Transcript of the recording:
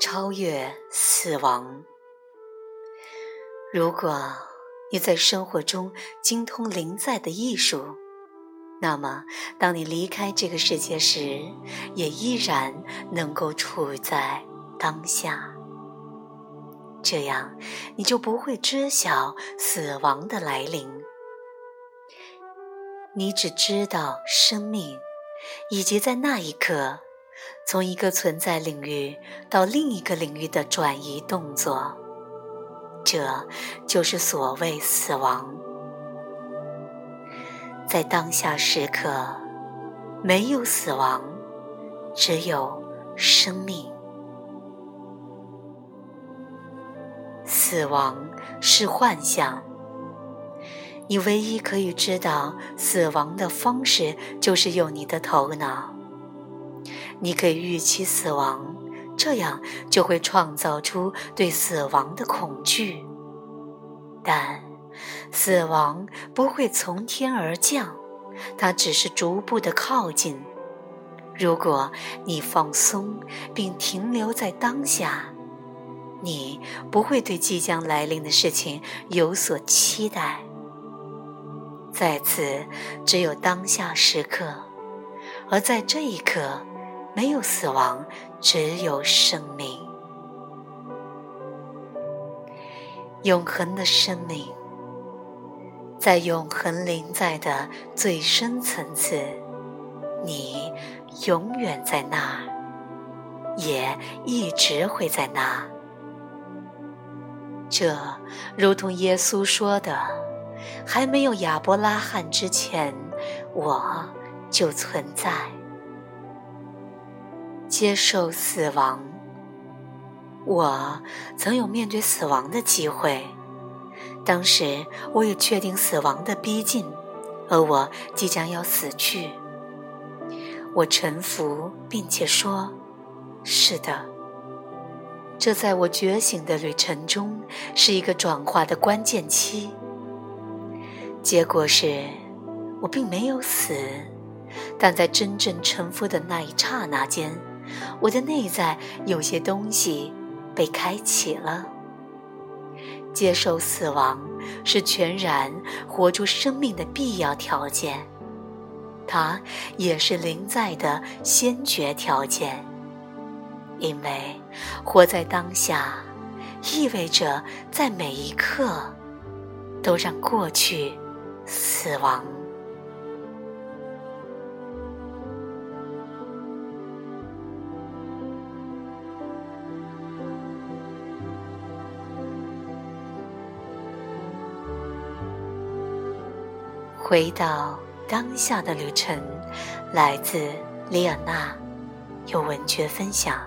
超越死亡。如果你在生活中精通临在的艺术，那么当你离开这个世界时，也依然能够处在当下。这样你就不会知晓死亡的来临，你只知道生命，以及在那一刻从一个存在领域到另一个领域的转移动作，这就是所谓死亡。在当下时刻，没有死亡，只有生命。死亡是幻象，你唯一可以知道死亡的方式就是用你的头脑。你可以预期死亡，这样就会创造出对死亡的恐惧。但死亡不会从天而降，它只是逐步的靠近。如果你放松并停留在当下，你不会对即将来临的事情有所期待。在此，只有当下时刻，而在这一刻，没有死亡，只有生命。永恒的生命，在永恒临在的最深层次，你永远在那儿，也一直会在那儿。这如同耶稣说的，还没有亚伯拉罕之前，我就存在。接受死亡，我曾有面对死亡的机会，当时我也确定死亡的逼近，而我即将要死去。我臣服并且说，是的。这在我觉醒的旅程中是一个转化的关键期。结果是我并没有死，但在真正臣服的那一刹那间，我的内在有些东西被开启了。接受死亡是全然活出生命的必要条件，它也是临在的先决条件。因为活在当下，意味着在每一刻都让过去死亡。回到当下的旅程，来自李尔纳，由文觉分享。